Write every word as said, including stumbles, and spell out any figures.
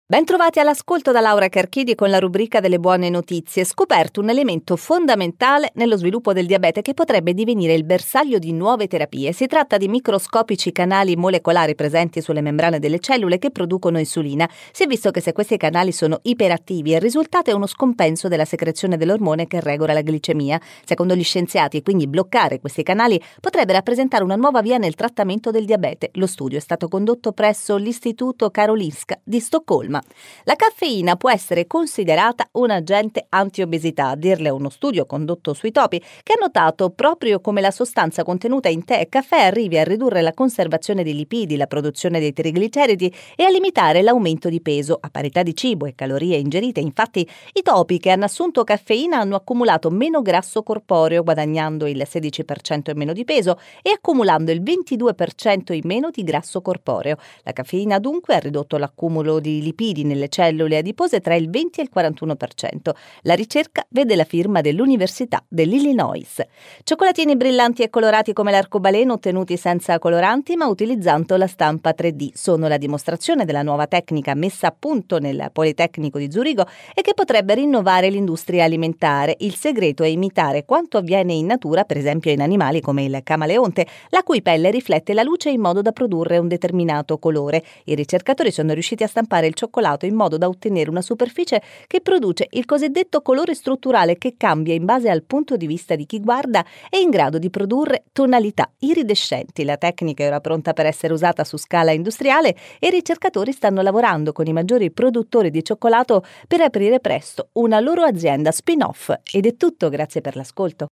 Bentrovati all'ascolto da Laura Carchidi con la rubrica delle buone notizie. Scoperto un elemento fondamentale nello sviluppo del diabete che potrebbe divenire il bersaglio di nuove terapie. Si tratta di microscopici canali molecolari presenti sulle membrane delle cellule che producono insulina. Si è visto che se questi canali sono iperattivi, il risultato è uno scompenso della secrezione dell'ormone che regola la glicemia. Secondo gli scienziati, quindi bloccare questi canali potrebbe rappresentare una nuova via nel trattamento del diabete. Lo studio è stato condotto presso l'Istituto Karolinska di Stoccolma. La caffeina può essere considerata un agente antiobesità, a dirle uno studio condotto sui topi che ha notato proprio come la sostanza contenuta in tè e caffè arrivi a ridurre la conservazione dei lipidi, la produzione dei trigliceridi e a limitare l'aumento di peso a parità di cibo e calorie ingerite. Infatti, i topi che hanno assunto caffeina hanno accumulato meno grasso corporeo, guadagnando il sedici per cento in meno di peso e accumulando il ventidue per cento in meno di grasso corporeo. La caffeina dunque ha ridotto l'accumulo di lipidi nelle cellule adipose tra il venti e il quarantuno per cento. La ricerca vede la firma dell'Università dell'Illinois. Cioccolatini brillanti e colorati come l'arcobaleno ottenuti senza coloranti ma utilizzando la stampa tre D sono la dimostrazione della nuova tecnica messa a punto nel Politecnico di Zurigo e che potrebbe rinnovare l'industria alimentare. Il segreto è imitare quanto avviene in natura, per esempio in animali come il camaleonte, la cui pelle riflette la luce in modo da produrre un determinato colore. I ricercatori sono riusciti a stampare il cioccolato in modo da ottenere una superficie che produce il cosiddetto colore strutturale che cambia in base al punto di vista di chi guarda e è in grado di produrre tonalità iridescenti. La tecnica è ora pronta per essere usata su scala industriale e i ricercatori stanno lavorando con i maggiori produttori di cioccolato per aprire presto una loro azienda spin-off. Ed è tutto, grazie per l'ascolto.